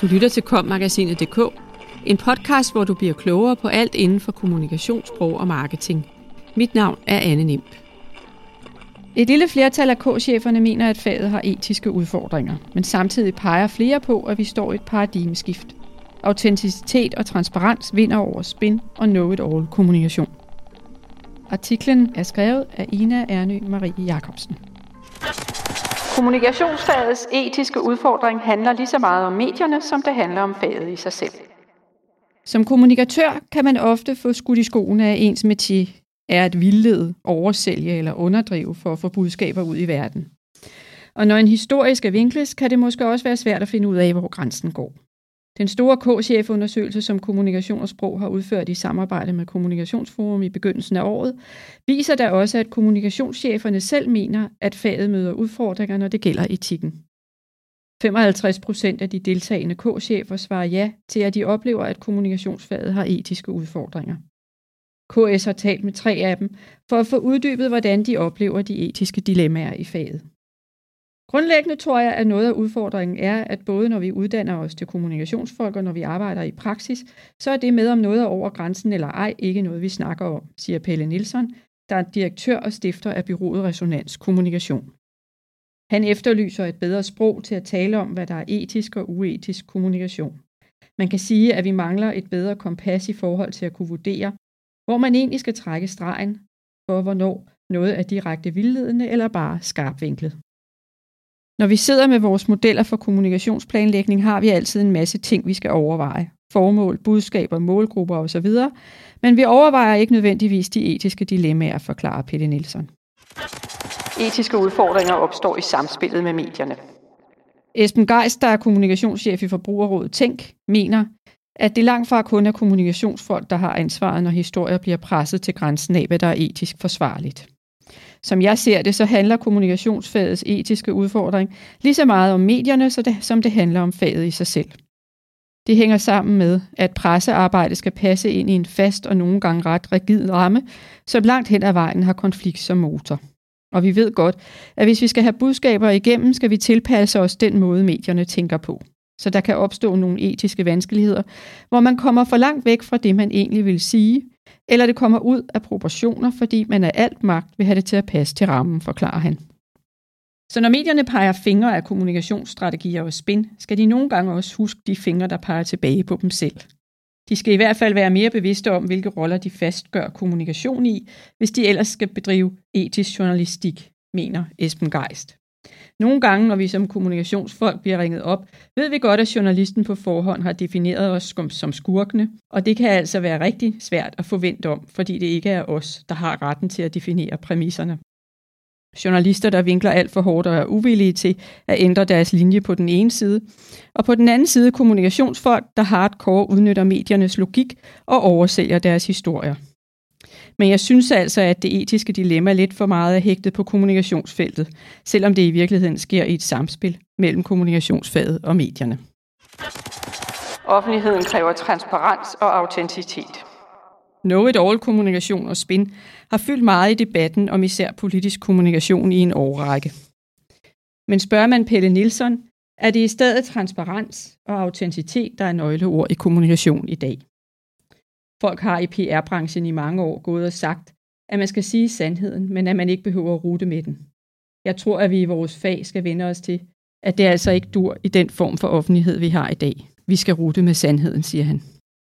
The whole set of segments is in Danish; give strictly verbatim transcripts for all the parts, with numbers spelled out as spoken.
Du lytter til kommagasinet punktum d k, en podcast, hvor du bliver klogere på alt inden for kommunikationssprog og marketing. Mit navn er Anne Nimb. Et lille flertal af K-cheferne mener, at faget har etiske udfordringer, men samtidig peger flere på, at vi står i et paradigmeskift. Autenticitet og transparens vinder over spin og know-it-all kommunikation. Artiklen er skrevet af Ina Ernø Marie Jacobsen. Kommunikationsfagets etiske udfordring handler lige så meget om medierne, som det handler om faget i sig selv. Som kommunikatør kan man ofte få skudt i skoene af ens metier er at vildlede, oversælge eller underdrive for at få budskaber ud i verden. Og når en historie skal vinkles, kan det måske også være svært at finde ud af, hvor grænsen går. Den store K-chefundersøgelse, som Kommunikation og Sprog har udført i samarbejde med Kommunikationsforum i begyndelsen af året, viser da også, at kommunikationscheferne selv mener, at faget møder udfordringer, når det gælder etikken. femoghalvtreds procent af de deltagende K-chefer svarer ja til, at de oplever, at kommunikationsfaget har etiske udfordringer. K S har talt med tre af dem for at få uddybet, hvordan de oplever de etiske dilemmaer i faget. Grundlæggende tror jeg, at noget af udfordringen er, at både når vi uddanner os til kommunikationsfolk og når vi arbejder i praksis, så er det med om noget er over grænsen eller ej ikke noget, vi snakker om, siger Pelle Nielsen, der er direktør og stifter af bureauet Resonans Kommunikation. Han efterlyser et bedre sprog til at tale om, hvad der er etisk og uetisk kommunikation. Man kan sige, at vi mangler et bedre kompas i forhold til at kunne vurdere, hvor man egentlig skal trække stregen for, hvornår noget er direkte vildledende eller bare skarpvinklet. Når vi sidder med vores modeller for kommunikationsplanlægning, har vi altid en masse ting, vi skal overveje. Formål, budskaber, målgrupper osv. Men vi overvejer ikke nødvendigvis de etiske dilemmaer, forklarer Pelle Nielsen. Etiske udfordringer opstår i samspillet med medierne. Esben Geist, der er kommunikationschef i Forbrugerrådet Tænk, mener, at det langt fra kun er kommunikationsfolk, der har ansvaret, når historier bliver presset til grænsen af, hvad der er etisk forsvarligt. Som jeg ser det, så handler kommunikationsfagets etiske udfordring lige så meget om medierne, som det handler om faget i sig selv. Det hænger sammen med, at pressearbejde skal passe ind i en fast og nogle gange ret rigid ramme, som langt hen ad vejen har konflikt som motor. Og vi ved godt, at hvis vi skal have budskaber igennem, skal vi tilpasse os den måde, medierne tænker på. Så der kan opstå nogle etiske vanskeligheder, hvor man kommer for langt væk fra det, man egentlig vil sige, eller det kommer ud af proportioner, fordi man af alt magt vil have det til at passe til rammen, forklarer han. Så når medierne peger fingre af kommunikationsstrategier og spin, skal de nogle gange også huske de fingre, der peger tilbage på dem selv. De skal i hvert fald være mere bevidste om, hvilke roller de fastgør kommunikation i, hvis de ellers skal bedrive etisk journalistik, mener Esben Geist. Nogle gange, når vi som kommunikationsfolk bliver ringet op, ved vi godt, at journalisten på forhånd har defineret os som skurkene, og det kan altså være rigtig svært at forvente om, fordi det ikke er os, der har retten til at definere præmisserne. Journalister, der vinkler alt for hårdt og er uvillige til at ændre deres linje på den ene side, og på den anden side kommunikationsfolk, der hardcore udnytter mediernes logik og oversælger deres historier. Men jeg synes altså, at det etiske dilemma lidt for meget er hægtet på kommunikationsfeltet, selvom det i virkeligheden sker i et samspil mellem kommunikationsfaget og medierne. Offentligheden kræver transparens og autenticitet. Know-it-all kommunikation og spin har fyldt meget i debatten om især politisk kommunikation i en årrække. Men spørger man Pelle Nielsen, er det i stedet transparens og autenticitet, der er nøgleord i kommunikation i dag. Folk har i P R-branchen i mange år gået og sagt, at man skal sige sandheden, men at man ikke behøver at rute med den. Jeg tror, at vi i vores fag skal vende os til, at det altså ikke dur i den form for offentlighed, vi har i dag. Vi skal rute med sandheden, siger han.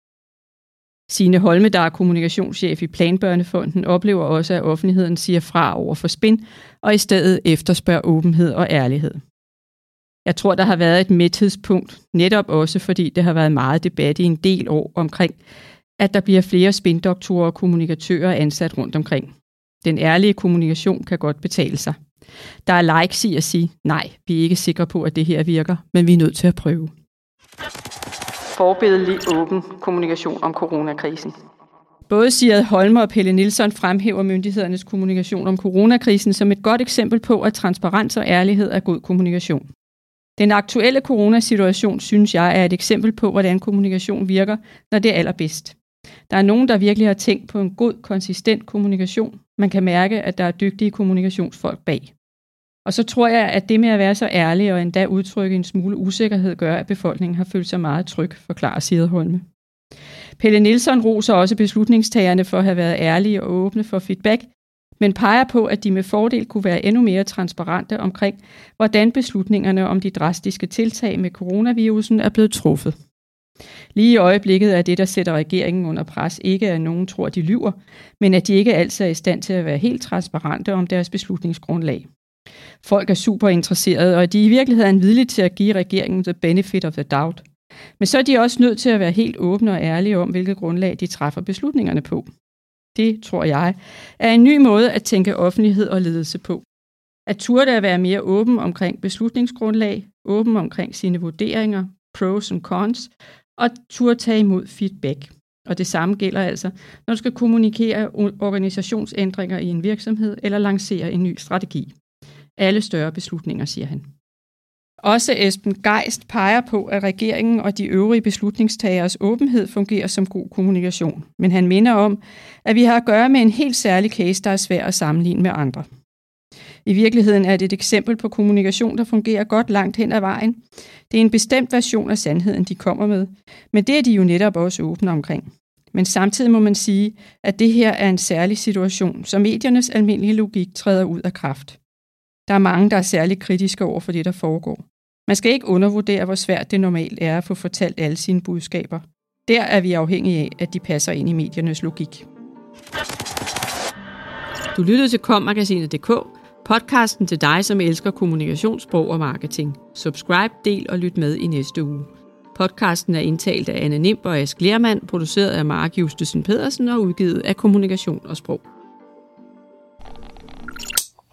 Signe Holme, der er kommunikationschef i Planbørnefonden, oplever også, at offentligheden siger fra over for spin, og i stedet efterspørger åbenhed og ærlighed. Jeg tror, der har været et mæthedspunkt, netop også fordi det har været meget debat i en del år omkring, at der bliver flere spindoktorer og kommunikatører ansat rundt omkring. Den ærlige kommunikation kan godt betale sig. Der er likes i at sige, nej, vi er ikke sikre på, at det her virker, men vi er nødt til at prøve. Forbilledlig åben kommunikation om coronakrisen. Både Sigrid Holme og Pelle Nielsen fremhæver myndighedernes kommunikation om coronakrisen som et godt eksempel på, at transparens og ærlighed er god kommunikation. Den aktuelle coronasituation, synes jeg, er et eksempel på, hvordan kommunikation virker, når det er allerbedst. Der er nogen, der virkelig har tænkt på en god, konsistent kommunikation. Man kan mærke, at der er dygtige kommunikationsfolk bag. Og så tror jeg, at det med at være så ærlig og endda udtrykke en smule usikkerhed gør, at befolkningen har følt sig meget tryg, forklarer Cederholme. Pelle Nielsen roser også beslutningstagerne for at have været ærlige og åbne for feedback, men peger på, at de med fordel kunne være endnu mere transparente omkring, hvordan beslutningerne om de drastiske tiltag med coronavirusen er blevet truffet. Lige i øjeblikket er det, der sætter regeringen under pres, ikke at nogen tror, de lyver, men at de ikke altid er i stand til at være helt transparente om deres beslutningsgrundlag. Folk er super interesserede, og de er i virkeligheden villige til at give regeringen the benefit of the doubt. Men så er de også nødt til at være helt åbne og ærlige om, hvilket grundlag de træffer beslutningerne på. Det, tror jeg, er en ny måde at tænke offentlighed og ledelse på. At turde at være mere åben omkring beslutningsgrundlag, åben omkring sine vurderinger, pros og cons, og turde tage imod feedback. Og det samme gælder altså, når du skal kommunikere organisationsændringer i en virksomhed eller lancere en ny strategi. Alle større beslutninger, siger han. Også Esben Geist peger på, at regeringen og de øvrige beslutningstageres åbenhed fungerer som god kommunikation. Men han minder om, at vi har at gøre med en helt særlig case, der er svær at sammenligne med andre. I virkeligheden er det et eksempel på kommunikation, der fungerer godt langt hen ad vejen. Det er en bestemt version af sandheden, de kommer med, men det er de jo netop også åbne omkring. Men samtidig må man sige, at det her er en særlig situation, så mediernes almindelige logik træder ud af kraft. Der er mange, der er særligt kritiske over for det, der foregår. Man skal ikke undervurdere, hvor svært det normalt er at få fortalt alle sine budskaber. Der er vi afhængige af, at de passer ind i mediernes logik. Du lyttede til kommagasinet punktum d k, podcasten til dig, som elsker kommunikation, sprog og marketing. Subscribe, del og lyt med i næste uge. Podcasten er indtalt af Anne Nimb og Ask Lermand, produceret af Mark Justesen Pedersen og udgivet af Kommunikation og Sprog.